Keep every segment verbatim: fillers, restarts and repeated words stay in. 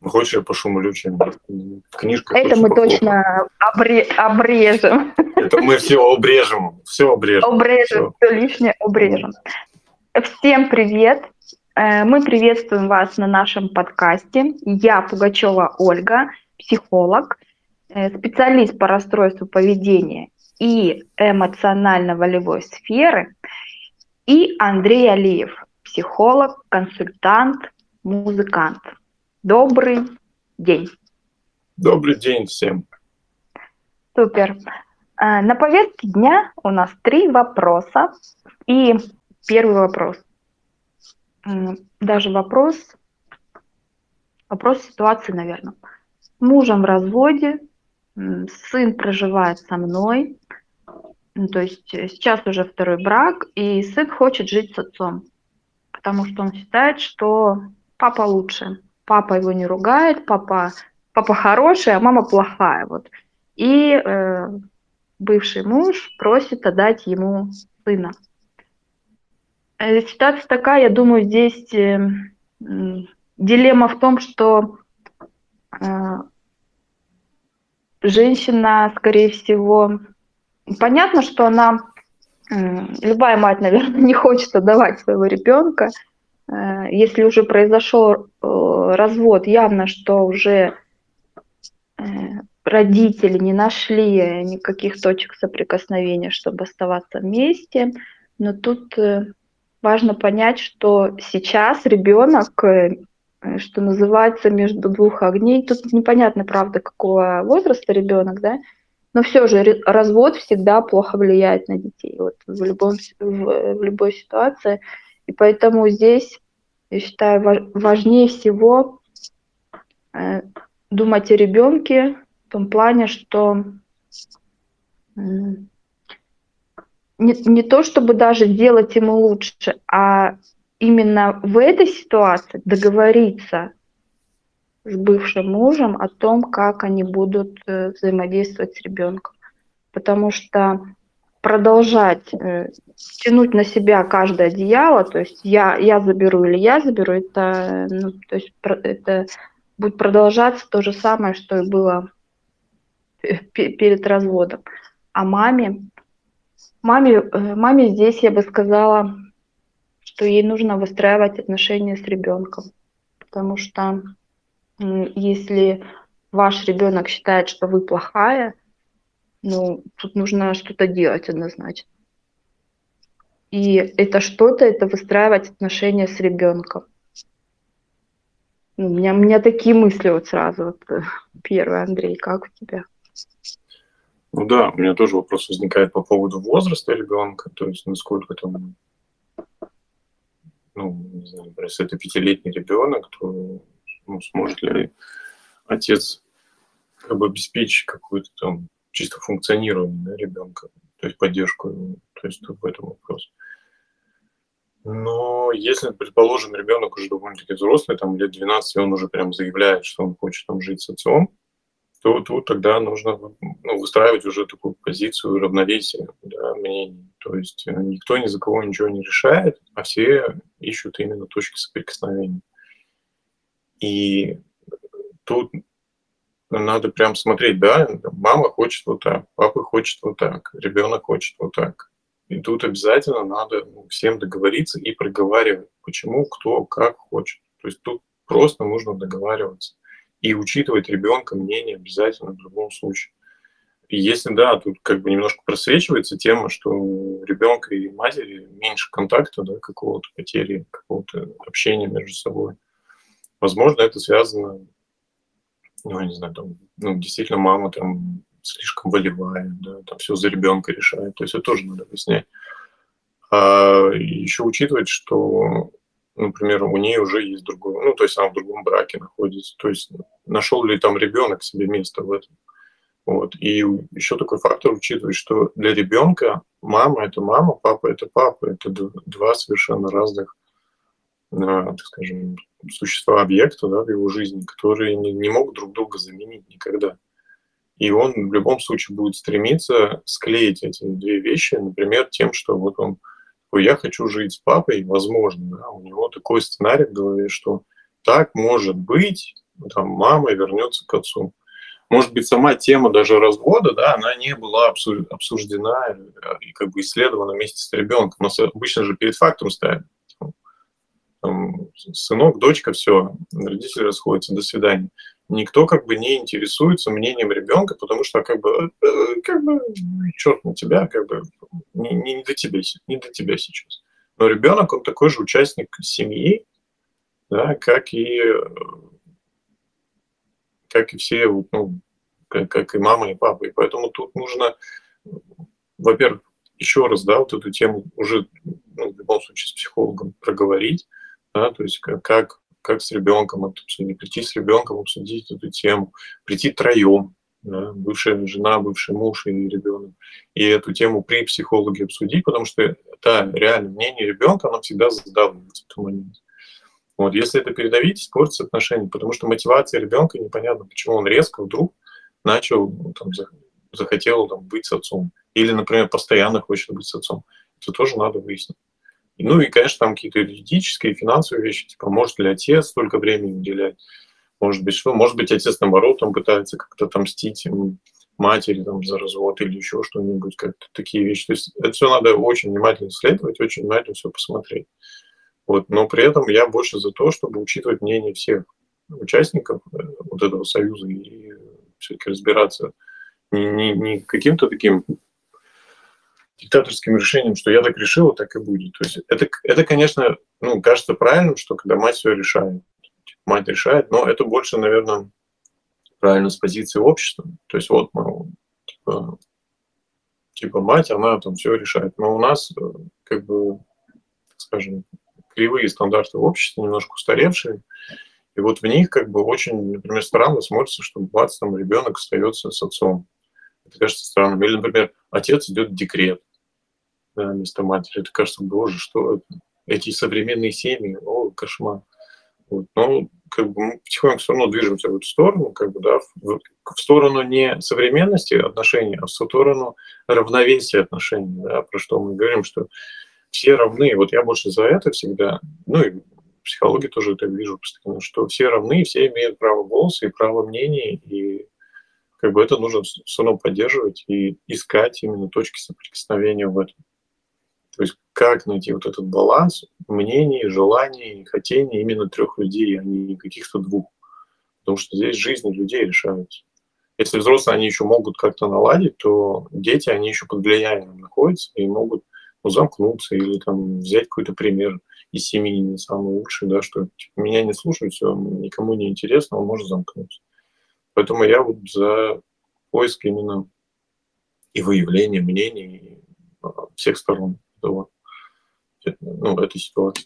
Хочешь, я пошумлю чем-нибудь? В книжках Это очень мы похлопаю. точно обре- обрежем. Это мы все обрежем, все обрежем. Обрежем, Всё. все лишнее обрежем. Всем привет! Э, Мы приветствуем вас на нашем подкасте. Я Пугачева Ольга, психолог, э, специалист по расстройству поведения и эмоционально-волевой сферы, и Андрей Алиев, психолог, консультант, музыкант. Добрый день! Добрый день всем. Супер! Э, На повестке дня у нас три вопроса. И первый вопрос. М, Даже вопрос, вопрос ситуации, наверное. С мужем в разводе, м, сын проживает со мной, ну, то есть э, сейчас уже второй брак, и сын хочет жить с отцом, потому что он считает, что папа лучше. Папа его не ругает, папа, папа хороший, а мама плохая. Вот. И э, бывший муж просит отдать ему сына. Э, Ситуация такая, я думаю, здесь э, м, дилемма в том, что э, женщина, скорее всего, понятно, что она, м, любая мать, наверное, не хочет отдавать своего ребенка. Э, Если уже произошел э, развод, явно, что уже э, родители не нашли никаких точек соприкосновения, чтобы оставаться вместе. Но тут э, важно понять, что сейчас ребенок, э, э, что называется, между двух огней. Тут непонятно, правда, какого возраста ребенок, да, но все же ре- развод всегда плохо влияет на детей, вот в любом, с- в, в любой ситуации. И поэтому здесь, я считаю, ва- важнее всего э, думать о ребенке в том плане, что м, не, не то чтобы даже делать ему лучше, а именно в этой ситуации договориться с бывшим мужем о том, как они будут э, взаимодействовать с ребенком. Потому что продолжать э, тянуть на себя каждое одеяло, то есть я, я заберу или я заберу, это, ну, то есть про- это будет продолжаться то же самое, что и было пе- перед разводом. А маме, маме, э, маме здесь я бы сказала, что ей нужно выстраивать отношения с ребенком, потому что м, если ваш ребенок считает, что вы плохая, ну, тут нужно что-то делать однозначно. И это что-то, это выстраивать отношения с ребенком. Ну, У меня, у меня такие мысли вот сразу. Вот, э, первый, Андрей, как у тебя? Ну да, у меня тоже вопрос возникает по поводу возраста ребенка, то есть насколько там, ну, не знаю, например, если это пятилетний ребенок, то ну, сможет ли отец как бы обеспечить какое-то там чисто функционирование, да, ребенка, то есть поддержку его, то есть тут в этом вопрос. Но если, предположим, ребенок уже довольно-таки взрослый, там лет двенадцать, и он уже прям заявляет, что он хочет там жить с отцом, то тут тогда нужно ну, выстраивать уже такую позицию равновесия, да, мнений. То есть э, никто ни за кого ничего не решает, а все ищут именно точки соприкосновения. И тут надо прям смотреть, да, мама хочет вот так, папа хочет вот так, ребенок хочет вот так. И тут обязательно надо ну, всем договориться и проговаривать, почему, кто, как хочет. То есть тут просто нужно договариваться и учитывать ребенка мнение обязательно в любом случае. И если да, тут как бы немножко просвечивается тема, что у ребенка и матери меньше контакта, да, какого-то потери, какого-то общения между собой. Возможно, это связано ну, я не знаю, там, ну, действительно, мама там слишком волевая, да, там все за ребенка решает. То есть это тоже надо выяснять. А еще учитывать, что, например, у нее уже есть другой, ну, то есть она в другом браке находится. То есть нашел ли там ребенок себе место в этом. Вот. И еще такой фактор учитывать, что для ребенка мама это мама, папа это папа. Это два совершенно разных, а, так скажем, существа объекта, да, в его жизни, которые не, не могут друг друга заменить никогда. И он в любом случае будет стремиться склеить эти две вещи, например, тем, что вот он такой, я хочу жить с папой, возможно, да, у него такой сценарий в голове, что так может быть, там, мама вернется к отцу. Может быть, сама тема даже развода, да, она не была обсуждена и как бы исследована вместе с ребенком. Но обычно же перед фактом ставят. Там, сынок, дочка, все, родители расходятся, до свидания. Никто как бы не интересуется мнением ребенка, потому что как бы, как бы черт на тебя, как бы не, не до тебя, не до тебя сейчас. Но ребенок, он такой же участник семьи, да, как и как и все, ну, как, как и мама, и папа. И поэтому тут нужно, во-первых, еще раз, да, вот эту тему уже, ну, в любом случае, с психологом проговорить, да, то есть как, как, как с ребенком обсудить, прийти с ребенком, обсудить эту тему, прийти троем, да, бывшая жена, бывший муж и ребенок, и эту тему при психологе обсудить, потому что, да, реально мнение ребенка, оно всегда задавливается в этот момент. Вот, если это передавить, испортится отношения, потому что мотивация ребенка непонятно, почему он резко вдруг начал, ну, там, захотел там, быть с отцом. Или, например, постоянно хочет быть с отцом. Это тоже надо выяснить. Ну и, конечно, там какие-то юридические, финансовые вещи, типа, может ли отец столько времени уделять, может быть, что, может быть, отец, наоборот, там пытается как-то отомстить им, матери там, за развод или еще что-нибудь, как-то такие вещи. То есть это все надо очень внимательно исследовать, очень внимательно все посмотреть. Вот. Но при этом я больше за то, чтобы учитывать мнение всех участников вот этого союза и все-таки разбираться не, не, не каким-то таким диктаторским решением, что я так решил, так и будет. То есть это, это конечно, ну, кажется правильным, что когда мать все решает. Мать решает, но это больше, наверное, правильно с позиции общества. То есть вот мы, типа, типа мать, она там все решает. Но у нас, как бы, скажем, кривые стандарты в обществе, немножко устаревшие. И вот в них как бы очень, например, странно смотрится, что бац, там ребенок остается с отцом. Это кажется странным. Или, например, отец идет в декрет, да, вместо матери. Это кажется, боже, что это? Эти современные семьи, о, кошмар. Вот. Но как бы мы потихоньку все равно движемся в эту сторону, как бы, да, в, в сторону не современности отношений, а в сторону равновесия отношений, да, про что мы говорим, что все равны. Вот я больше за это всегда, ну и в психологии тоже это вижу постоянно, что все равны, все имеют право голоса и право мнения, и как бы это нужно все равно поддерживать и искать именно точки соприкосновения в этом. То есть как найти вот этот баланс мнений, желаний, хотений именно трех людей, а не каких-то двух. Потому что здесь жизни людей решаются. Если взрослые, они еще могут как-то наладить, то дети, они еще под влиянием находятся и могут, ну, замкнуться или там взять какой-то пример из семьи не самый лучший, да, что типа, меня не слушают, все, никому не интересно, он может замкнуться. Поэтому я вот за поиск именно и выявление мнений всех сторон этого, ну, этой ситуации.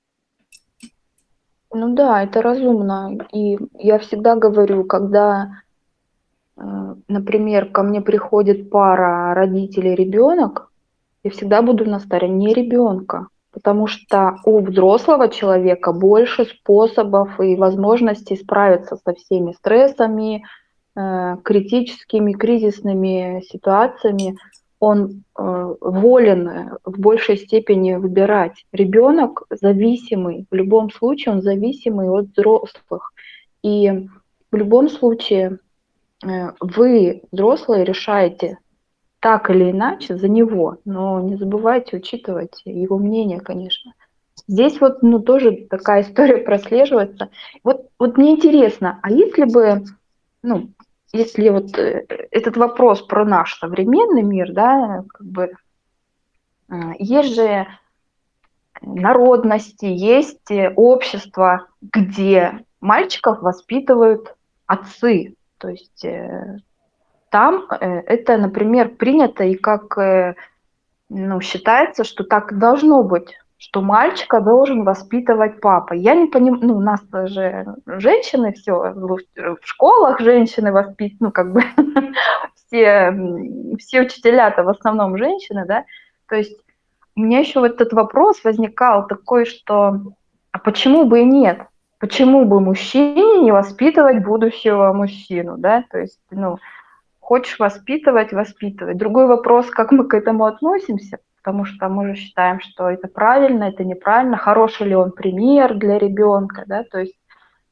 Ну да, это разумно. И я всегда говорю, когда, например, ко мне приходит пара родителей ребенок, я всегда буду на стороне ребенка, потому что у взрослого человека больше способов и возможностей справиться со всеми стрессами, критическими, кризисными ситуациями. Он э, волен в большей степени выбирать. Ребенок зависимый, в любом случае он зависимый от взрослых. И в любом случае э, вы, взрослые, решаете так или иначе за него, но не забывайте учитывать его мнение, конечно. Здесь вот, ну, тоже такая история прослеживается. Вот, вот мне интересно, а если бы, ну, если вот этот вопрос про наш современный мир, да, как бы есть же народности, есть общество, где мальчиков воспитывают отцы. То есть там это, например, принято и как, ну, считается, что так и должно быть, что мальчика должен воспитывать папа. Я не понимаю, ну, у нас же женщины все, в школах женщины воспитывают, ну, как бы все, все учителя-то в основном женщины, да, то есть у меня еще вот этот вопрос возникал такой, что а почему бы и нет? Почему бы мужчине не воспитывать будущего мужчину, да, то есть, ну, хочешь воспитывать, воспитывать. Другой вопрос, как мы к этому относимся, потому что мы же считаем, что это правильно, это неправильно, хороший ли он пример для ребенка, да, то есть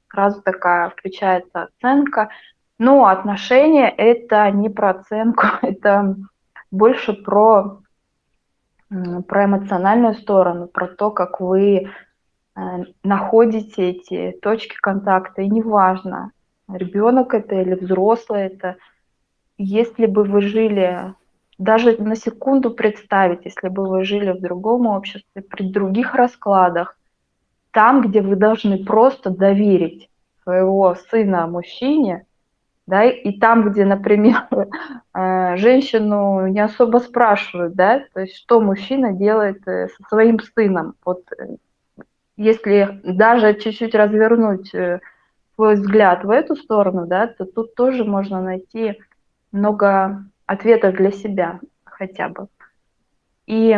сразу такая включается оценка. Но отношения – это не про оценку, это больше про, про эмоциональную сторону, про то, как вы находите эти точки контакта. И неважно, ребенок это или взрослый это, если бы вы жили, даже на секунду представить, если бы вы жили в другом обществе, при других раскладах, там, где вы должны просто доверить своего сына мужчине, да, и там, где, например, женщину не особо спрашивают, да, то есть что мужчина делает со своим сыном. Вот если даже чуть-чуть развернуть свой взгляд в эту сторону, да, то тут тоже можно найти много ответов для себя хотя бы. И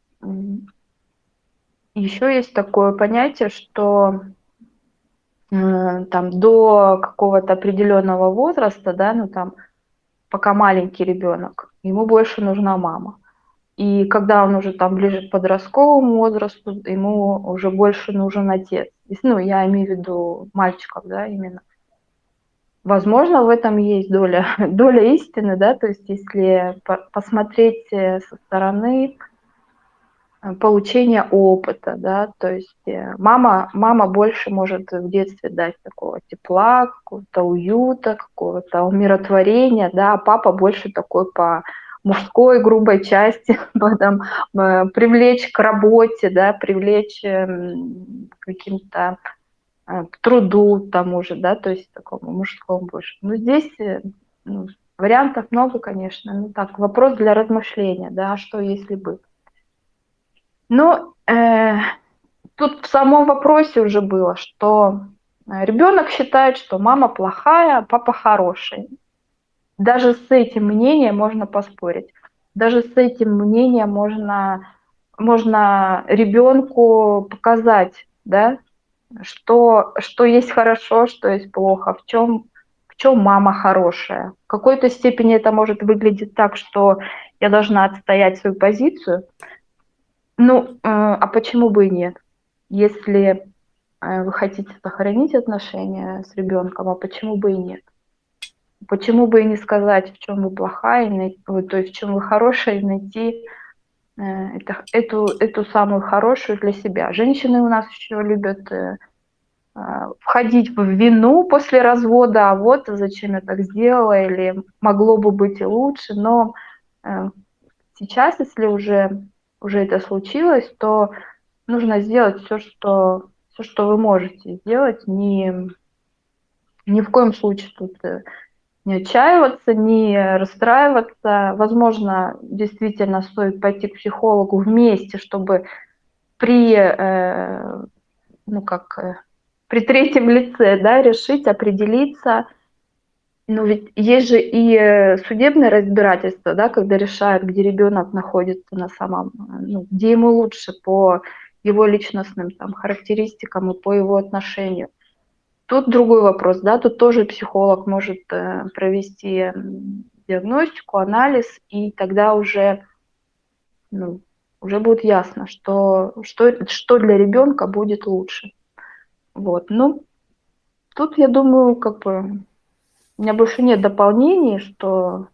еще есть такое понятие, что там до какого-то определенного возраста, да, ну там пока маленький ребенок, ему больше нужна мама. И когда он уже там ближе к подростковому возрасту, ему уже больше нужен отец. Ну, я имею в виду мальчиков, да, именно. Возможно, в этом есть доля, доля истины, да, то есть если посмотреть со стороны получения опыта, да, то есть мама, мама больше может в детстве дать такого тепла, какого-то уюта, какого-то умиротворения, да, а папа больше такой по мужской грубой части, потом привлечь к работе, да, привлечь к каким-то к труду тому же, да, то есть такому мужскому больше. Но здесь ну, вариантов много, конечно. Ну так, вопрос для размышления, да, что если бы. Но э, тут в самом вопросе уже было, что ребенок считает, что мама плохая, а папа хороший. Даже с этим мнением можно поспорить. Даже с этим мнением можно, можно ребенку показать, да, что, что есть хорошо, что есть плохо, в чем, в чем мама хорошая. В какой-то степени это может выглядеть так, что я должна отстоять свою позицию. Ну, а почему бы и нет? Если вы хотите сохранить отношения с ребенком, а почему бы и нет? Почему бы и не сказать, в чем вы плохая, то есть в чем вы хорошая, и найти это, эту, эту самую хорошую для себя. Женщины у нас еще любят входить в вину после развода, а вот зачем я так сделала, или могло бы быть и лучше. Но сейчас, если уже, уже это случилось, то нужно сделать все, что, все, что вы можете сделать. Ни, ни в коем случае тут не отчаиваться, не расстраиваться. Возможно, действительно стоит пойти к психологу вместе, чтобы при, э, ну как, при третьем лице, да, решить, определиться. Но ведь есть же и судебное разбирательство, да, когда решают, где ребенок находится на самом, ну, где ему лучше по его личностным там характеристикам и по его отношению. Тут другой вопрос, да, тут тоже психолог может э, провести диагностику, анализ, и тогда уже, ну, уже будет ясно, что, что, что для ребенка будет лучше. Вот, ну, тут, я думаю, как бы у меня больше нет дополнений, что,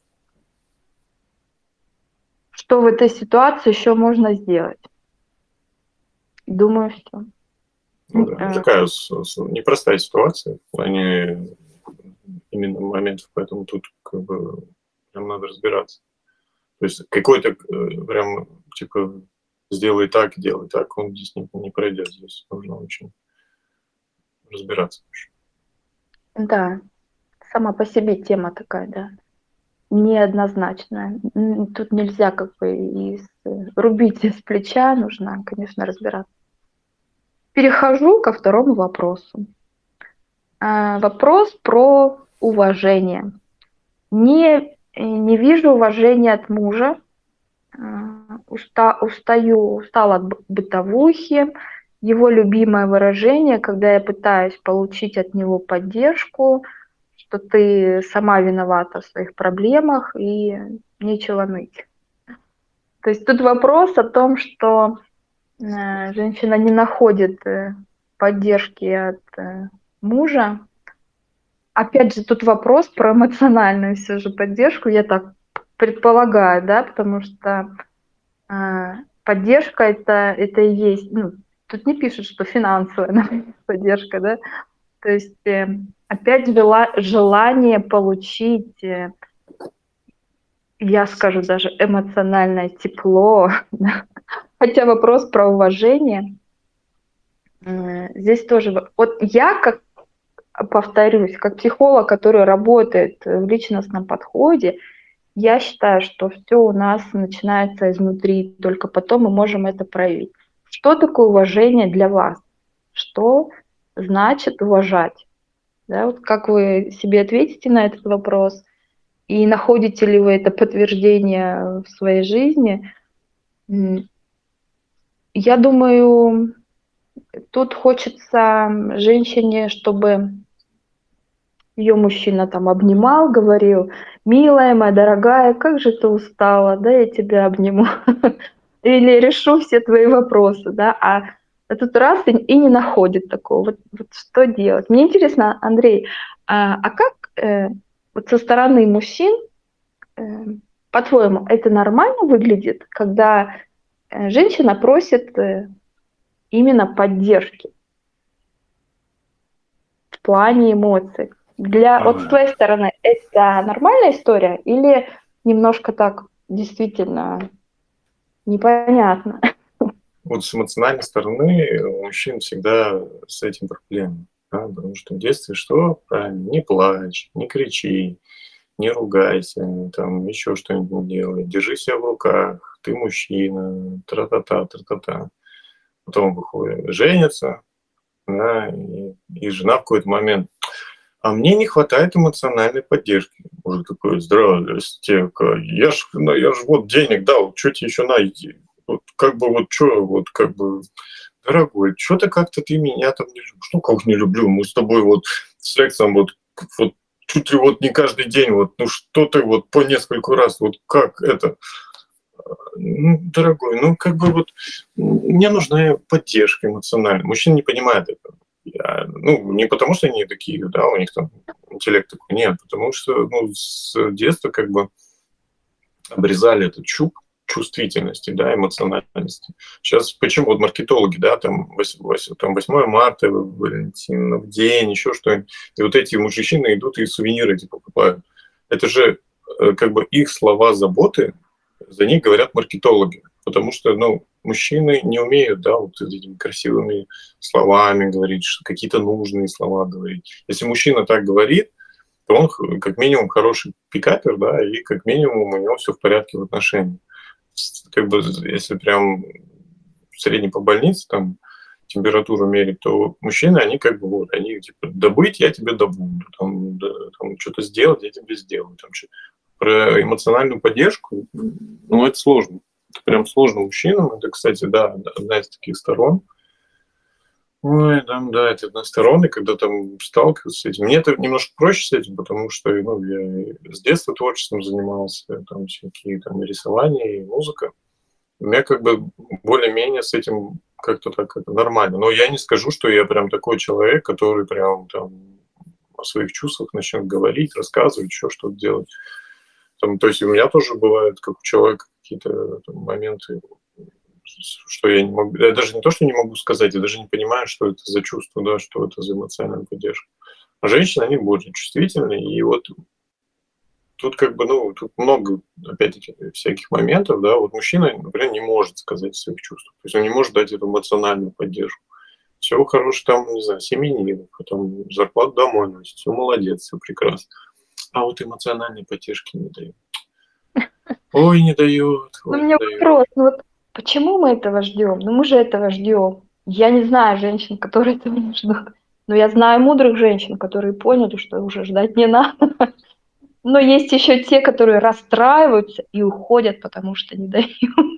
что в этой ситуации еще можно сделать. Думаю, что. Ну, да, а... такая непростая ситуация в плане именно моментов, поэтому тут как бы прям надо разбираться. То есть какой-то прям типа сделай так, делай так, он здесь не, не пройдет. Здесь нужно очень разбираться. Да, сама по себе тема такая, да, неоднозначная. Тут нельзя как бы из, рубить с плеча, нужно, конечно, разбираться. Перехожу ко второму вопросу. Вопрос про уважение. Не, не вижу уважения от мужа. Уста, устаю, устала от бытовухи. Его любимое выражение, когда я пытаюсь получить от него поддержку, что ты сама виновата в своих проблемах и нечего ныть. То есть тут вопрос о том, что женщина не находит поддержки от мужа. Опять же, тут вопрос про эмоциональную все же поддержку, я так предполагаю, да, потому что а, поддержка это, это и есть, ну, тут не пишут, что финансовая например, поддержка, да, то есть э, опять вела- желание получить, э, я скажу даже эмоциональное тепло, да. Хотя вопрос про уважение, э, здесь тоже, во- вот я как повторюсь, как психолог, который работает в личностном подходе, я считаю, что все у нас начинается изнутри, только потом мы можем это проявить. Что такое уважение для вас? Что значит уважать? Да, вот как вы себе ответите на этот вопрос? И находите ли вы это подтверждение в своей жизни? М, Я думаю, тут хочется женщине, чтобы ее мужчина там обнимал, говорил: «Милая моя, дорогая, как же ты устала, да, я тебя обниму». Или решу все твои вопросы, да, а а тут раз и и не находит такого. Вот вот что делать? Мне интересно, Андрей, а а как, э, вот со стороны мужчин, э, по-твоему, это нормально выглядит, когда, э, женщина просит, э, именно поддержки в плане эмоций? Для вот с А, твоей стороны это нормальная история или немножко так действительно непонятно? Вот с эмоциональной стороны у мужчин всегда с этим проблемы, да, потому что в детстве что? Правильно, не плачь, не кричи, не ругайся, там еще что-нибудь не делай, держи себя в руках, ты мужчина, тра-та-та, тра-та-та. Потом выходит, женится, да, и, и жена в какой-то момент: а мне не хватает эмоциональной поддержки. Мужик такой: здрасте, я ж, ну, я ж вот денег дал, что тебе еще надо? Вот как бы вот что, вот как бы, дорогой, что-то как-то ты меня там не любишь. Ну как не люблю, мы с тобой вот сексом вот, вот чуть ли вот не каждый день, вот, ну что ты вот по нескольку раз, вот как это? Ну, дорогой, ну как бы вот мне нужна поддержка эмоциональная. Мужчина не понимает этого. Я, ну, не потому, что они такие, да, у них там интеллект такой, нет, потому что ну, с детства как бы обрезали этот чуб чувствительности, да, эмоциональности. Сейчас почему вот маркетологи, да, там, там восьмое марта, Валентинов день, еще что-нибудь, и вот эти мужчины идут и сувениры эти покупают. Это же э, как бы их слова заботы, за них говорят маркетологи, потому что, ну, мужчины не умеют, да, вот этими красивыми словами говорить, какие-то нужные слова говорить. Если мужчина так говорит, то он как минимум хороший пикапер, да, и как минимум у него все в порядке в отношениях. Как бы если прям средний по больнице там температуру мерить, то мужчины, они как бы вот, они типа добыть я тебе добуду, там, да, там что-то сделать я тебе сделаю. Там, что. Про эмоциональную поддержку, ну, это сложно. Это прям сложно мужчинам. Это, кстати, да, одна из таких сторон. Ой, там, да, это односторонний, когда там сталкиваться с этим. Мне это немножко проще с этим, потому что ну, я с детства творчеством занимался, там всякие там и рисование, и музыка. У меня как бы более-менее с этим как-то так это нормально. Но я не скажу, что я прям такой человек, который прям там о своих чувствах начнет говорить, рассказывать, еще что-то делать. Там, то есть у меня тоже бывает, как у человека, какие-то там моменты, что я не могу, я даже не то, что не могу сказать, я даже не понимаю, что это за чувство, да, что это за эмоциональная поддержка. А женщины, они более чувствительны, и вот тут как бы, ну, тут много, опять-таки, всяких моментов, да, вот мужчина, например, не может сказать своих чувств, то есть он не может дать эту эмоциональную поддержку. Все хорошо, там, не знаю, семьянин, потом зарплату домой носит, все молодец, все прекрасно. А вот эмоциональной поддержки не дает. Ой, не дает, Ну, у ой, не меня дает. вопрос, ну вот почему мы этого ждем? Ну, мы же этого ждем. Я не знаю женщин, которые этого не ждут. Но я знаю мудрых женщин, которые поняли, что уже ждать не надо. Но есть еще те, которые расстраиваются и уходят, потому что не дают.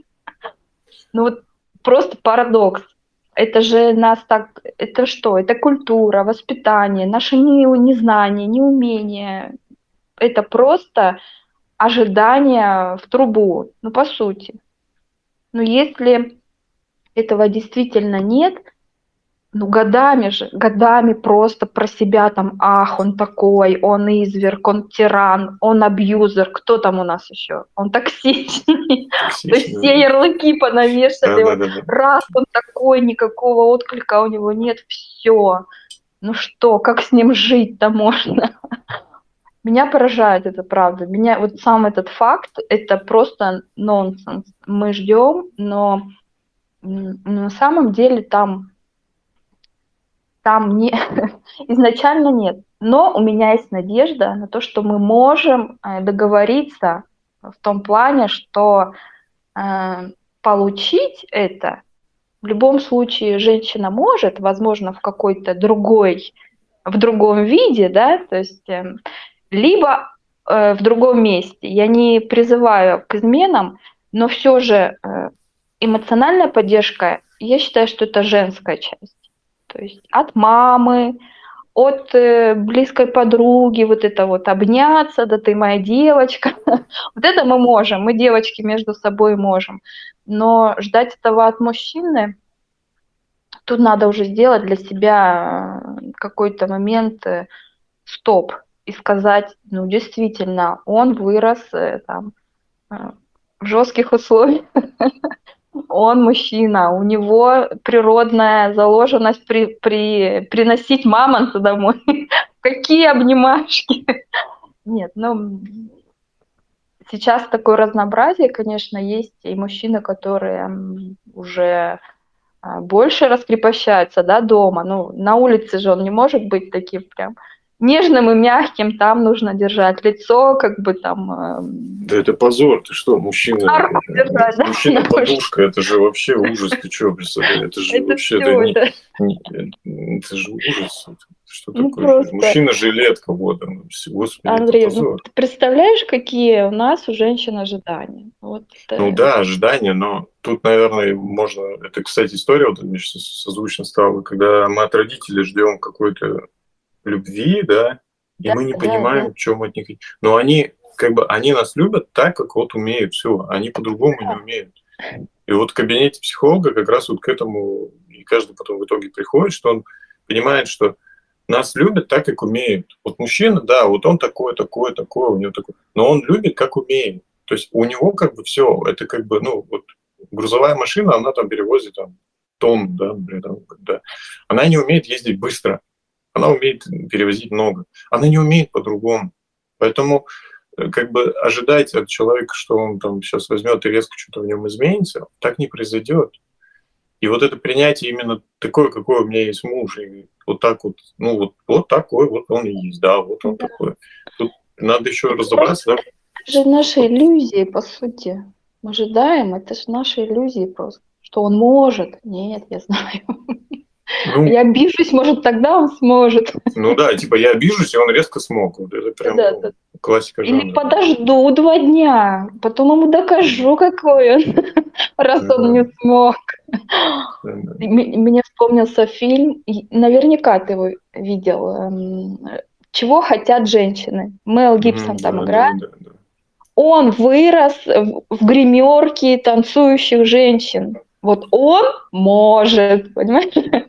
Ну вот просто парадокс. Это же нас так, это что? Это культура, воспитание, наше не, незнание, неумение. Это просто ожидание в трубу, ну по сути. Но если этого действительно нет, ну, годами же, годами просто про себя там, ах, он такой, он изверг, он тиран, он абьюзер, кто там у нас еще? Он токсичный. То есть все Токсичный. ярлыки понавешали, вот Да-да-да. раз он такой, никакого отклика у него нет, все. Ну что, как с ним жить-то можно? Меня поражает это, правда. Меня вот сам этот факт, это просто нонсенс. Мы ждем, но м, на самом деле там Там не изначально нет. Но у меня есть надежда на то, что мы можем, э, договориться в том плане, что, э, получить это в любом случае женщина может, возможно, в какой-то другой в другом виде, да, то есть, эм, либо, э, в другом месте. Я не призываю к изменам, но всё же, э, эмоциональная поддержка, я считаю, что это женская часть. То есть от мамы, от, э, близкой подруги, вот это вот обняться: "Да ты моя девочка". Вот это мы можем, мы, девочки, между собой можем. Но ждать этого от мужчины тут надо уже сделать для себя, э, какой-то момент, э, стоп и сказать: "Ну, действительно, он вырос, э, там, э, в жестких условиях, он мужчина, у него природная заложенность при при приносить мамонта домой. Какие обнимашки!" Нет, ну, м, сейчас такое разнообразие, конечно, есть, и мужчины, которые, м, уже, а, больше раскрепощаются, да, дома. Ну, на улице же он не может быть таким прям нежным и мягким, там нужно держать лицо, как бы там, эм Да это позор, ты что, мужчина, марку держать, да, на улице. мужчина-подушка, это же вообще ужас, ты чё, представляешь, это же Это вообще, это всё, не, это не э, это же ужас, это что Ну, такое же? просто Мужчина-жилетка, вот он, вс господи, это Андрей, ну позор. ты представляешь, какие у нас у женщин ожидания? Вот Ну это да, ожидания, но тут, наверное, можно это, кстати, история вот мне щас созвучно стала, когда мы от родителей ждём какой-то любви, да, и Да, мы не да, да. понимаем, чё мы от них хо но они, как бы, они нас любят так, как вот умеют, всё, они по-другому не Да. умеют. И вот в кабинете психолога как раз вот к этому и каждый потом в итоге приходит, что он понимает, что нас любят так, как умеют. Вот мужчина, да, вот он такой, такой, такой, у него такой, но он любит, как умеет. То есть у него как бы всё, это как бы, ну, вот грузовая машина, она там перевозит там тонну, да, например, там, да. Она не умеет ездить быстро, она умеет перевозить много, она не умеет по-другому. Поэтому, э, как бы ожидать от человека, что он там щас возьмёт и резко чё-то в нём изменится, так не произойдёт. И вот это принятие именно такое, какой у меня есть муж, и вот так вот, ну вот вот такой вот он и есть, да, вот он Да. такой. Тут надо ещё Это просто разобраться, да, это же наши вот. иллюзии, по сути. Мы ожидаем, это ж наши иллюзии просто, что он может. Нет, я знаю. Ну Я обижусь, может, тогда он сможет. Ну да, типа я обижусь, и он резко смог. Вот это прям, ну, Да-да-да. классика Или жанра. подожду два дня, потом ему Мгм. докажу, какой он, раз он Да. не смог. Да-да. И мне мне вспомнился фильм, и наверняка ты его видел, эм, "Чего хотят женщины". Мэл Мгм. Гибсон там Да, играет. да-да-да. Он вырос в в гримерке танцующих женщин. Вот он может, понимаешь?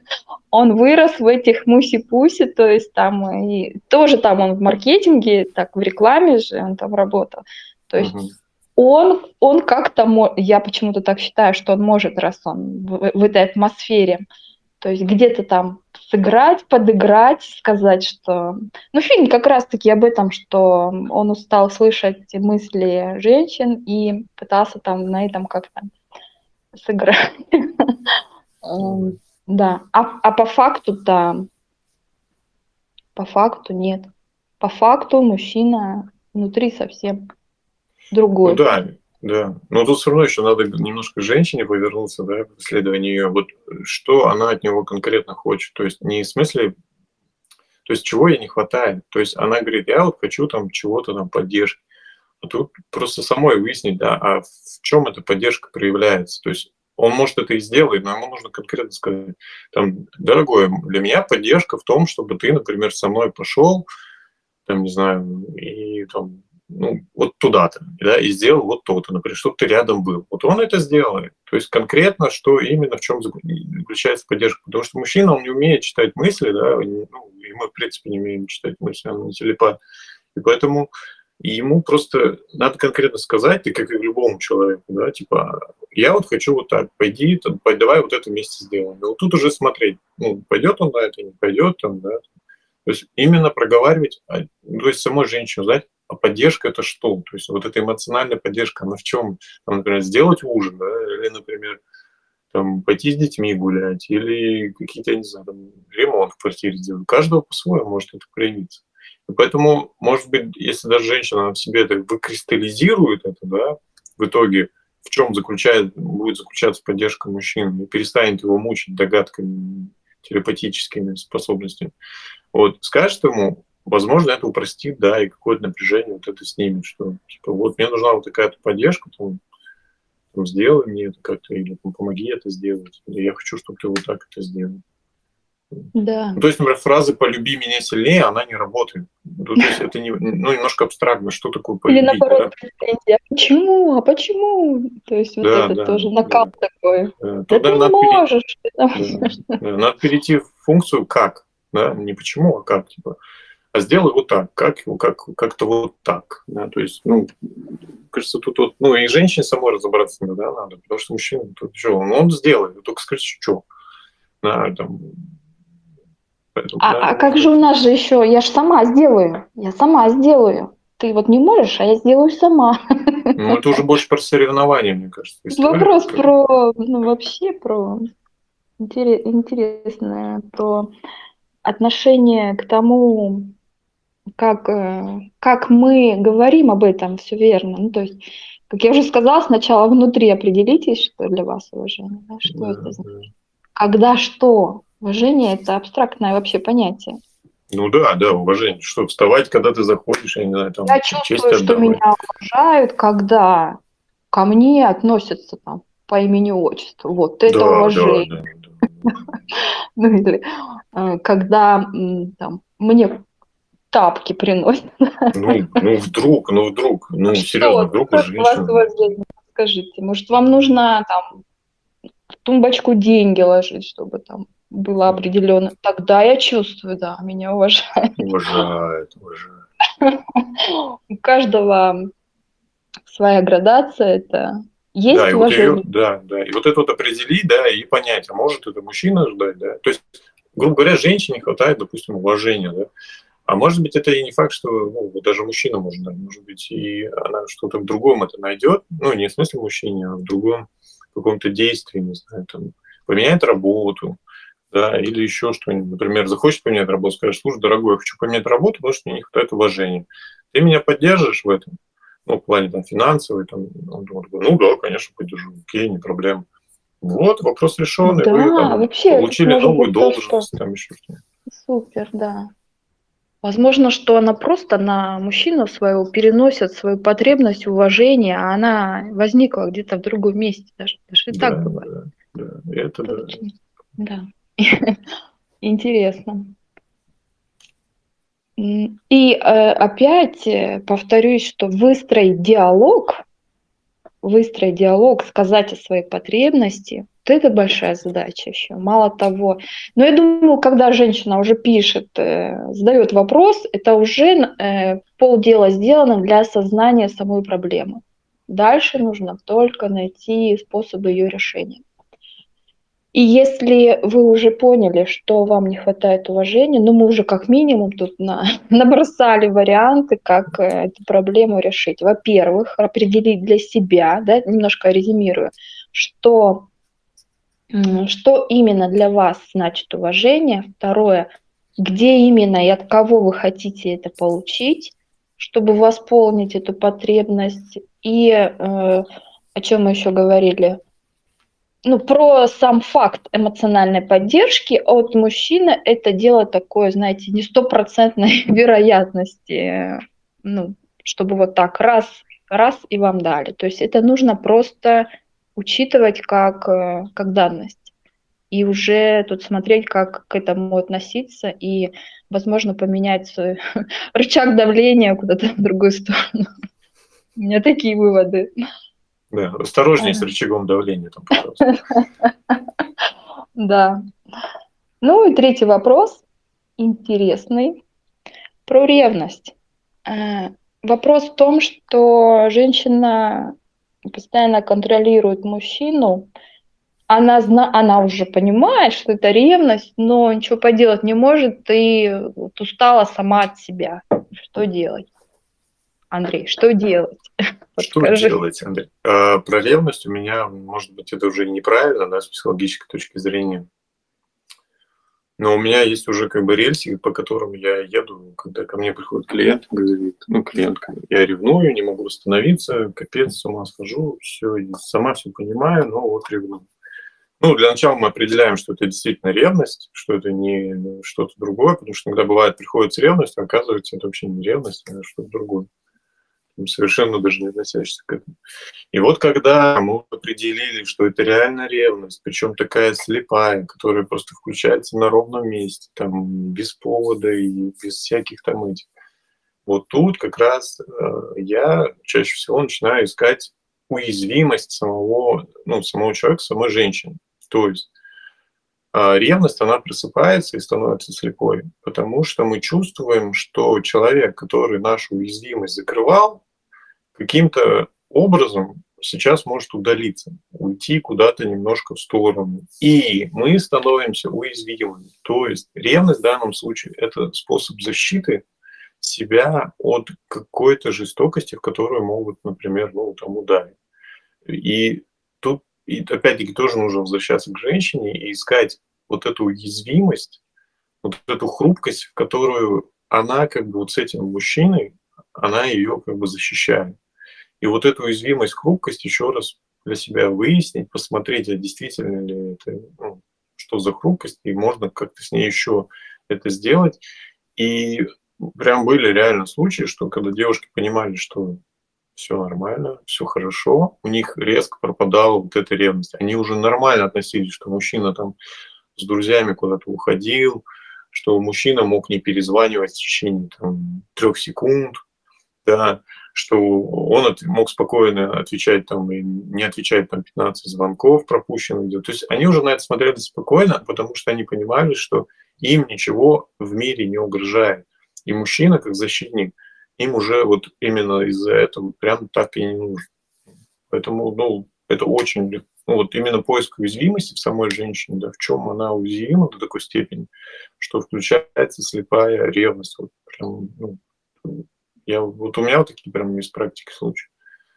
Он вырос в этих муси-пуси, то есть там и тоже там он в маркетинге, так в рекламе же он там работал. То есть Мгм. он он как-то мо я почему-то так считаю, что он может, раз он в в этой атмосфере. То есть где-то там сыграть, подыграть, сказать, что ну, фильм как раз таки об этом, что он устал слышать мысли женщин и пытался там на этом как-то сыграть. Эм, Мгм. да, а а по факту-то по факту нет. По факту мужчина внутри совсем Ну другой. да, да. Но тут всё равно ещё надо г немножко к женщине повернуться, да, в исследовании её. Вот, э, что она от него конкретно хочет. То есть не в смысле то есть чего ей не хватает. То есть она говорит: "Я вот хочу там чего-то там, поддержки". А тут просто самой выяснить, да, а в чём эта поддержка проявляется. То есть он, может, это и сделает, но ему нужно конкретно сказать там: "Дорогой, м, для меня поддержка в том, чтобы ты, например, со мной пошёл, там, не знаю, и там, ну, вот туда-то, да, и сделал вот то-то, например, чтоб ты рядом был". Вот он это сделает. То То есть конкретно, что именно, в чем заключается поддержка. Потому что мужчина, он не умеет читать мысли, да, ну, и мы, в принципе, не умеем читать мысли, он не телепат. И поэтому ему просто надо конкретно сказать, ты как и любому человеку, да, типа, я вот хочу вот так, пойди, там, давай вот это вместе сделаем. И вот тут уже смотреть, ну, пойдет он на это, не пойдет, там, да. То есть именно проговаривать, то есть самой женщине узнать, а поддержка это что? То есть вот эта эмоциональная поддержка, она в чем? Там, например, сделать ужин, да, или, например, там, пойти с детьми гулять, или какие-то, я не знаю, там, ремонт в квартире сделать. У каждого по-своему может это проявиться. И поэтому, может быть, если даже женщина в себе это выкристаллизирует это, да, в итоге в чем заключает, будет заключаться поддержка мужчины, и перестанет его мучить догадками, телепатическими способностями, вот, скажет ему, возможно, это упростит, да, и какое-то напряжение вот это снимет, что, типа, вот мне нужна вот такая-то поддержка, там, там, сделай мне это как-то, или там, помоги это сделать, или я хочу, чтобы ты вот так это сделал. Да. Ну, то есть, например, фразы «полюби меня сильнее», она не работает. Ну, то есть это не, ну, немножко абстрактно, что такое полюбить. Или наоборот, да? претензия. А почему? А почему? То есть вот Да, это да, тоже накал да. такой. Да, Да ты не надо пере- можешь. ты там да, что-то. да, надо перейти в функцию «как», да, не «почему», а «как», типа. А сделай вот так, как, как, как-то вот так. Да? То есть, ну, кажется, тут вот, ну, и женщине самой разобраться да, надо, потому что мужчина, тут что, он, он сделает, только скажет, что. Да, там, поэтому, А, да, а это как может же у быть. нас же еще, я ж сама сделаю, я сама сделаю. Ты вот не можешь, а я сделаю сама. Ну, это уже больше про соревнования, мне кажется, история. Вопрос Как- про, ну вообще про интере- интересное, про отношение к тому, как, э, как мы говорим об этом, все верно. Ну, то есть, как я уже сказала, сначала внутри определитесь, что для вас уважение, да, что да, это значит. да. Когда что? Уважение – это абстрактное вообще понятие. Ну да, да, уважение. Что, вставать, когда ты заходишь, я не знаю, там, Я честь чувствую, что отдавать. меня уважают, когда ко мне относятся там по имени-отчеству. Вот это Да, да, уважение. да, да. Ну, или э, когда м, там, мне тапки приносят. Ну, ну вдруг, ну вдруг, ну серьезно, Что? вдруг у Что у вас женщины. уважение? Скажите, может, вам нужно там в тумбочку деньги ложить, чтобы там было определенно. Тогда я чувствую, да, меня уважают. Уважает, уважает. У каждого своя градация, это Да, есть и вот ее, уважение. да, да, и вот это вот определить, да, и понять, а может это мужчина ждать, да. То есть, грубо говоря, женщине хватает, допустим, уважения, да. А может быть, это и не факт, что ну, вот даже мужчина может дать, может быть, и она что-то в другом это найдет, ну, не в смысле мужчине, а в другом каком-то действии, не знаю, там, поменяет работу, да, или еще что-нибудь. Например, захочет поменять работу, скажет, слушай, дорогой, я хочу поменять работу, потому что мне не хватает уважения. Ты меня поддержишь в этом? Ну, в плане там финансовой, там, он думает, ну да, конечно, поддержу, окей, не проблема. Вот, вопрос решенный, вы Да, там вообще, это получили может новую быть то, что должность, там еще что-нибудь. супер, да. Возможно, что она просто на мужчину своего переносит свою потребность уважения, а она возникла где-то в другом месте даже. Даже и так Да, бывает. да, да, это Это да. очень, да, интересно. М, И э, опять э, повторюсь, что выстроить диалог, выстроить диалог, сказать о своей потребности, вот это большая задача еще. Мало того, но я думаю, когда женщина уже пишет, э, задает вопрос, это уже э, полдела сделано для осознания самой проблемы. Дальше нужно только найти способы ее решения. И если вы уже поняли, что вам не хватает уважения, ну мы уже как минимум тут на, набросали варианты, как э, эту проблему решить. Во-первых, определить для себя, да, немножко резюмирую, что, м, что именно для вас значит уважение. Второе, где именно и от кого вы хотите это получить, чтобы восполнить эту потребность. И э, о чем мы еще говорили, ну, про сам факт эмоциональной поддержки от мужчины это дело такое, знаете, не стопроцентной вероятности, ну, чтобы вот так раз, раз и вам дали. То есть это нужно просто учитывать как, э, как данность. И уже тут смотреть, как к этому относиться и, возможно, поменять свой рычаг давления куда-то в другую сторону. У меня такие выводы. Да, осторожнее с рычагом давления там, пожалуйста. Да. Ну и третий вопрос, интересный, про ревность. Э, Вопрос в том, что женщина постоянно контролирует мужчину. Она, зна- она уже понимает, что это ревность, но ничего поделать не может и вот устала сама от себя. Что делать? Андрей, что делать? Что Подскажи. делать, Андрей? А, про ревность у меня, может быть, это уже неправильно, да, с психологической точки зрения. Но у меня есть уже как бы рельсы, по которым я еду, когда ко мне приходит клиент, говорит, ну, клиентка, я ревную, не могу остановиться, капец, с ума схожу, все, сама все понимаю, но вот ревную. Ну, для начала мы определяем, что это действительно ревность, что это не что-то другое, потому что иногда бывает, приходит с ревностью, а оказывается, это вообще не ревность, а что-то другое, совершенно даже не относящийся к этому. И вот когда мы определили, что это реально ревность, причем такая слепая, которая просто включается на ровном месте, там, без повода и без всяких там этих. Вот тут как раз э, я чаще всего начинаю искать уязвимость самого, ну, самого человека, самой женщины. То есть а, ревность, она просыпается и становится слепой, потому что мы чувствуем, что человек, который нашу уязвимость закрывал, каким-то образом сейчас может удалиться, уйти куда-то немножко в сторону. И мы становимся уязвимыми. То есть ревность в данном случае – это способ защиты себя от какой-то жестокости, в которую могут, например, ну, там, ударить. И тут, и опять-таки, тоже нужно возвращаться к женщине и искать вот эту уязвимость, вот эту хрупкость, в которую она как бы вот с этим мужчиной, она ее как бы защищает. И вот эту уязвимость, хрупкость еще раз для себя выяснить, посмотреть, а действительно ли это, ну, что за хрупкость, и можно как-то с ней еще это сделать. И прям были реально случаи, что когда девушки понимали, что все нормально, все хорошо, у них резко пропадала вот эта ревность. Они уже нормально относились, что мужчина там с друзьями куда-то уходил, что мужчина мог не перезванивать в течение там, трех секунд, да, что он от, мог спокойно отвечать там и не отвечать там пятнадцать звонков пропущенных. То есть они уже на это смотрели спокойно, потому что они понимали, что им ничего в мире не угрожает. И мужчина, как защитник, им уже вот именно из-за этого прям так и не нужен. Поэтому, ну, это очень, ну, вот именно поиск уязвимости в самой женщине, да, в чем она уязвима до такой степени, что включается слепая ревность. Вот прям, ну, я, вот у меня вот такие прям из практики случаи.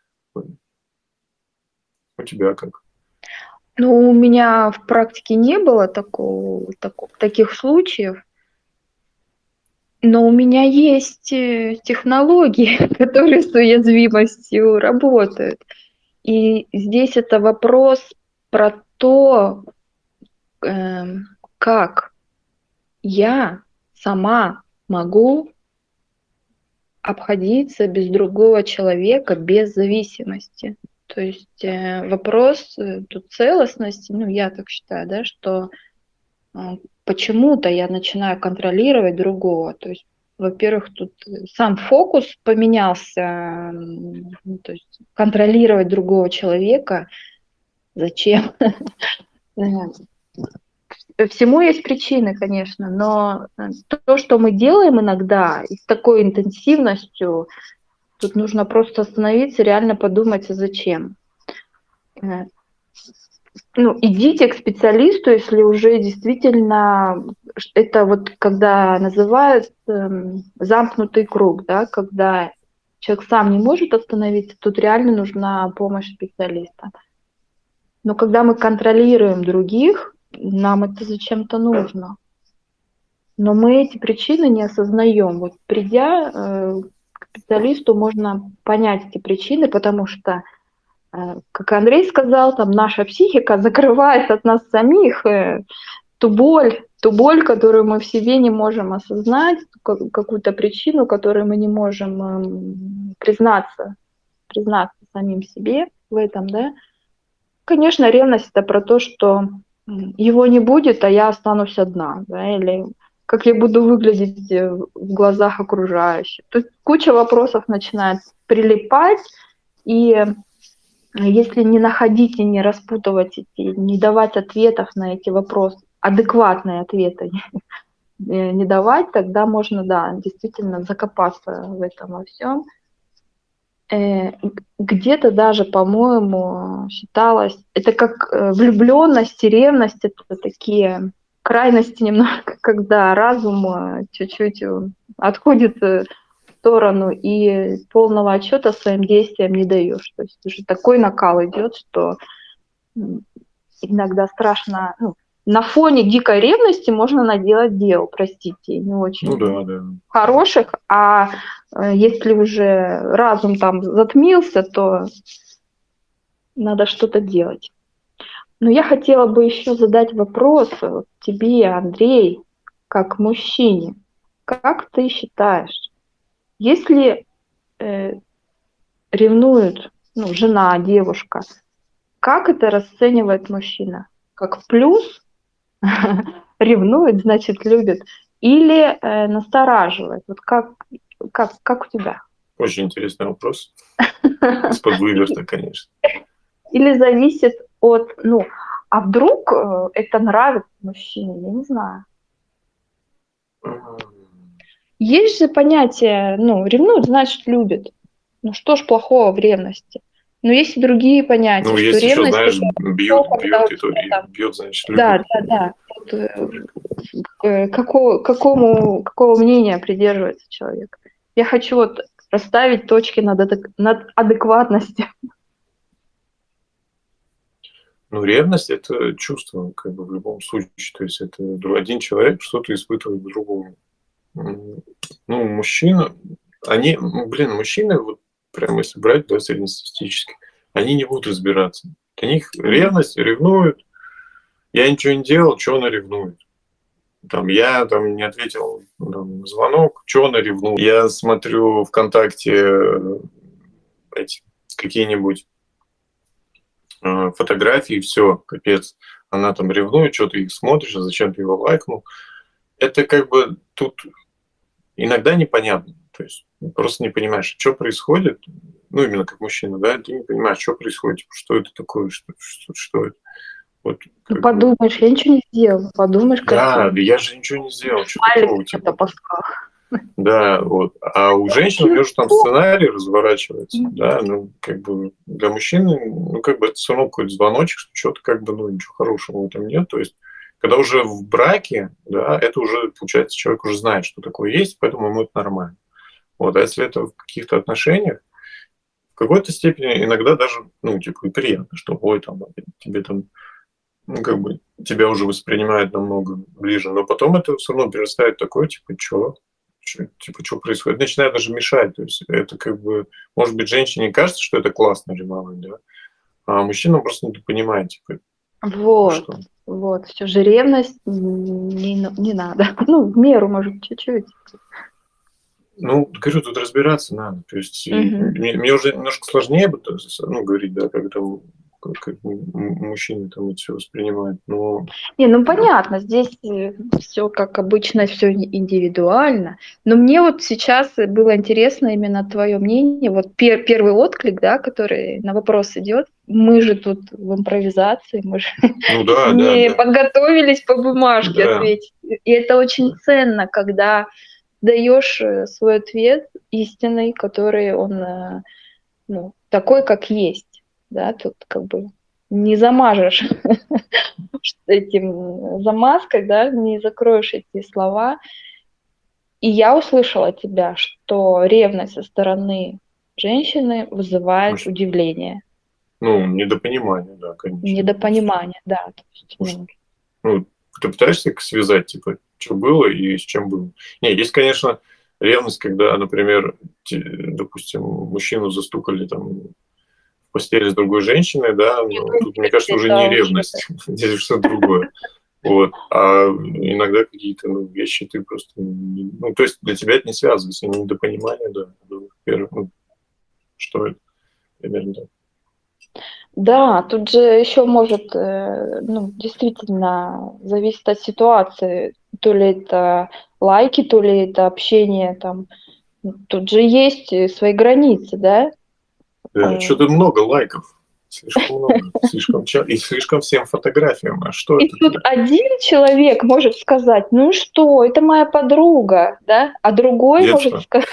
У тебя как? Ну, у меня в практике не было такого, тако- таких случаев, но у меня есть э, технологии, которые с уязвимостью работают. И здесь это вопрос про то, эм, как я сама могу обходиться без другого человека, без зависимости. То есть э, вопрос э, тут целостности, ну я так считаю, да, что э, почему-то я начинаю контролировать другого. То есть, во-первых, тут э, сам фокус поменялся, м, ну, то есть контролировать другого человека. Зачем? Всему есть причины, конечно, но э, то, что мы делаем иногда и с такой интенсивностью, тут нужно просто остановиться, реально подумать, а зачем. Э, Ну, идите к специалисту, если уже действительно ш- это вот когда называют эм, замкнутый круг, да, когда человек сам не может остановиться, тут реально нужна помощь специалиста. Но когда мы контролируем других, нам это зачем-то нужно. Но мы эти причины не осознаем. Вот придя э, к специалисту, можно понять эти причины, потому что, э, как Андрей сказал, там наша психика закрывает от нас самих э, ту боль, ту боль, которую мы в себе не можем осознать, ка- какую-то причину, которую мы не можем эм, признаться, признаться самим себе в этом, да. Конечно, ревность это про то, что м, его не будет, а я останусь одна, да, или как я буду выглядеть э, в глазах окружающих. Тут куча вопросов начинает прилипать, и если не находить и не распутывать эти, не давать ответов на эти вопросы, адекватные ответы не давать, тогда можно, да, действительно закопаться в этом во всем. Где-то даже, по-моему, считалось, это как влюбленность и ревность, это такие крайности немножко, когда разум чуть-чуть отходит в сторону и полного отчета своим действиям не даешь. То есть уже такой накал идет, что иногда страшно. Ну, на фоне дикой ревности можно наделать дел, простите, не очень Ну да, да. хороших, а если уже разум там затмился, то надо что-то делать. Но я хотела бы еще задать вопрос тебе, Андрей, как мужчине. Как ты считаешь, если э, ревнует, ну, жена, девушка, как это расценивает мужчина? Как плюс? Ревнует, значит, любит? Или э, настораживает? Вот как, как, как у тебя? Очень интересный вопрос. Из-под выверта, конечно. Или зависит от, ну, а вдруг это нравится мужчине, я не знаю. Есть же понятие, ну, ревнует, значит, любит. Ну, что ж плохого в ревности? Но есть и другие понятия, ну, что есть ревность... еще, знаешь, это бьет, то, бьет, и то, и там... бьет, значит, любит. Да, да, да. Вот, э, какого, какому, какого мнения придерживается человек? Я хочу вот расставить точки над, адек... над адекватностью. Ну, ревность – это чувство, как бы, в любом случае. То есть это один человек что-то испытывает к другому. Ну, мужчина, они, блин, мужчины, вот прямо если брать, да, среднестатистически, они не будут разбираться. Для них ревность, ревнуют. Я ничего не делал, что она ревнует? Там, я там не ответил там, на звонок, что она ревнует? Я смотрю ВКонтакте эти какие-нибудь э, фотографии, все, капец. Она там ревнует, что ты их смотришь, а зачем ты его лайкнул? Это как бы тут иногда непонятно. То есть просто не понимаешь, что происходит. Ну, именно как мужчина, да, ты не понимаешь, что происходит, что это такое, что, что, что это. Вот, ну, подумаешь, бы... я ничего не сделал, подумаешь, как... Да, да я же ничего не сделал, что такого, типа. Да, вот. А у женщин у нее же там сценарий разворачивается, да, ну, как бы для мужчины, ну, как бы это все равно какой-то звоночек, что что-то как бы, ну, ничего хорошего в этом нет, то есть когда уже в браке, да, это уже, получается, человек уже знает, что такое есть, поэтому ему это нормально. Вот, а если это в каких-то отношениях, в какой-то степени иногда даже, ну, типа, и приятно, что, ой, там, тебе там, ну, как бы, тебя уже воспринимают намного ближе, но потом это все равно перерастает такое, типа, что? Типа, что происходит? Начинает даже мешать, то есть это как бы, может быть, женщине кажется, что это классно ревновать, да, а мужчина просто не понимает, типа, вот. Что? Вот, все же ревность не, не надо. Ну, в меру, может, чуть-чуть. Ну, говорю, тут разбираться надо. То есть угу. мне, мне уже немножко сложнее ну, говорить, да, как там как, как мужчины там это все воспринимают. Но... Не, ну понятно, здесь все как обычно, все индивидуально. Но мне вот сейчас было интересно именно твое мнение. Вот пер, первый отклик, да, который на вопрос идет. Мы же тут в импровизации, мы же ну, да, не да, да. подготовились по бумажке да. ответить. И это очень ценно, когда даешь свой ответ истинный, который он, ну, такой, как есть, да, тут как бы не замажешь этим замазкой, да, не закроешь эти слова. И я услышала от тебя, что ревность со стороны женщины вызывает Может, удивление. Ну, недопонимание, да, конечно. Недопонимание, да. То есть, ну, ну, ты пытаешься связать, типа, что было и с чем было. Не, есть, конечно, ревность, когда, например, допустим, мужчину застукали там в постели с другой женщиной, да, но тут, мне кажется, уже не ревность, здесь что-то другое. Вот. А иногда какие-то ну, вещи ты просто... Ну, то есть для тебя это не связывается, недопонимание, да. Ну, что это? Примерно так. Да, тут же еще может, ну, действительно, зависеть от ситуации. То ли это лайки, то ли это общение там. Тут же есть свои границы, да? Да, что-то много лайков. Слишком много, слишком ча- и слишком всем фотографиям. А что И это? тут один человек может сказать, ну что, это моя подруга, да, а другой может Детство. сказать,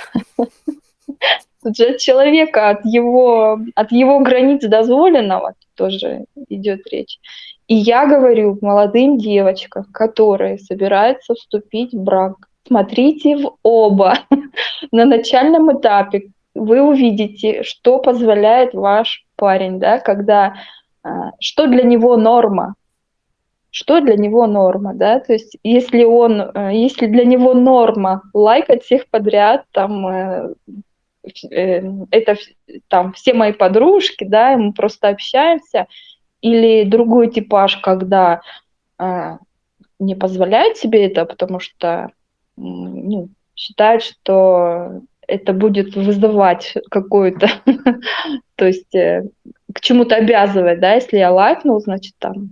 тут же от человека, от его, от его границ дозволенного тоже идет речь. И я говорю молодым девочкам, которые собираются вступить в брак, смотрите в оба. На начальном этапе вы увидите, что позволяет ваш парень, да, когда, а, что для него норма, что для него норма, да, то есть если он, э, если для него норма лайкать всех подряд, там, э, э, это вс- там все мои подружки, да, и мы просто общаемся, или другой типаж, когда а, не позволяет себе это, потому что м, ну, считает, что это будет вызывать какую-то, то есть э, к чему-то обязывать, да, если я лайкнул, значит там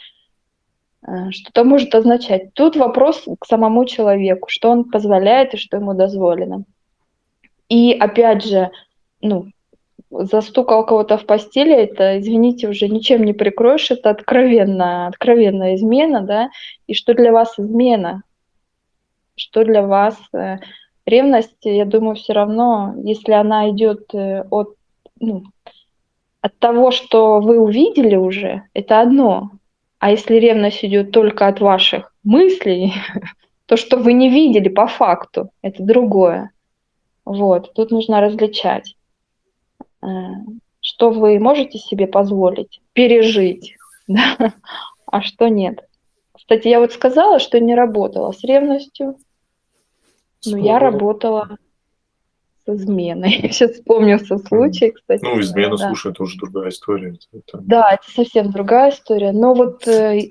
э, что-то может означать. Тут вопрос к самому человеку, что он позволяет и что ему дозволено. И опять же, ну, застукал кого-то в постели, это, извините, уже ничем не прикроешь, это откровенно, откровенная измена, да, и что для вас измена, что для вас э, ревность, я думаю, все равно, если она идет э, от, ну, от того, что вы увидели уже, это одно, а если ревность идет только от ваших мыслей, то, что вы не видели по факту, это другое. Вот, тут нужно различать. Э, что вы можете себе позволить пережить, да, а что нет. Кстати, я вот сказала, что не работала с ревностью, но я Ну, работала с изменой. Сейчас вспомнился м. случай, кстати Ну, говоря, измена, да. слушай, это уже другая история. Это- это- Да, это совсем другая история. Но вот э,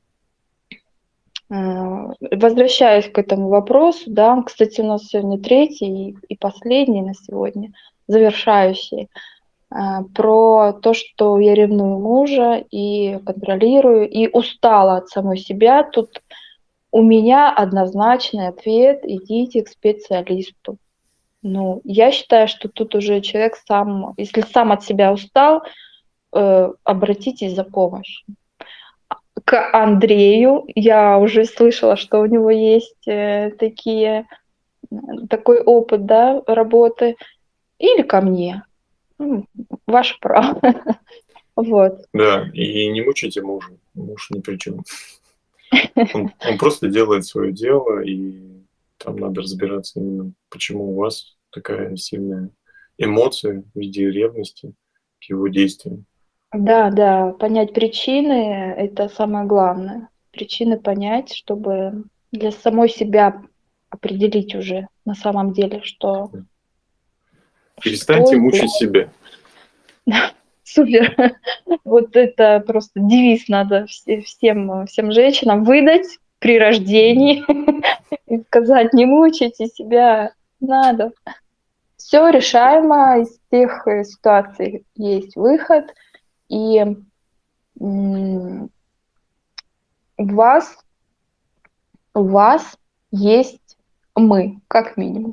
э, возвращаясь к этому вопросу, да, кстати, у нас сегодня третий и, и последний на сегодня, завершающий. А, про то, что я ревную мужа и контролирую, и устала от самой себя. Тут у меня однозначный ответ: идите к специалисту. Ну, я считаю, что тут уже человек сам, если сам от себя устал, э, обратитесь за помощью. К Андрею я уже слышала, что у него есть э, такие, м, такой опыт, да, работы, или ко мне. М, Ваше право. Вот. Да, и не мучайте мужа. Муж ни при чем. Он, он просто делает свое дело, и там надо разбираться именно, почему у вас такая сильная эмоция в виде ревности к его действиям. Да, да, понять причины — это самое главное. Причины понять, чтобы для самой себя определить уже на самом деле, что Перестаньте что мучить здесь себя. супер. Вот это просто девиз надо все всем, всем женщинам выдать при рождении и сказать: "Не мучайте себя, надо". Все решаемо, из тех, э, ситуаций есть выход. И, м, у вас У вас есть мы, как минимум.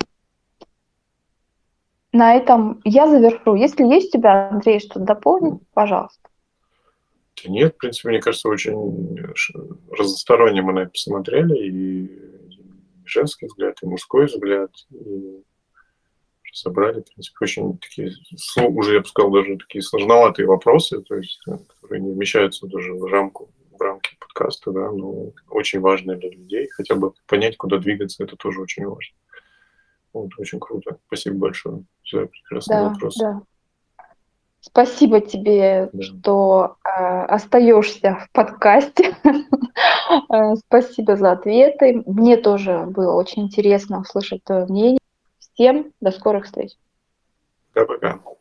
На этом я завершу. Если есть у тебя, Андрей, что-то дополнить, пожалуйста. Да нет, в принципе, мне кажется, очень э, ш- разносторонне мы на это посмотрели, и женский взгляд, и мужской взгляд, и собрали, в принципе, очень такие, сло- уже, я бы сказал, даже такие сложноватые вопросы, то есть, э, которые не вмещаются даже в рамку, в рамки подкаста, да, но очень важные для людей. Хотя бы понять, куда двигаться, это тоже очень важно. Вот, очень круто. Спасибо большое за прекрасный Да, вопрос. да. Спасибо тебе, Да. что э, остаешься в подкасте. Э, Спасибо за ответы. Мне тоже было очень интересно услышать твое мнение. Всем до скорых встреч. Пока-пока.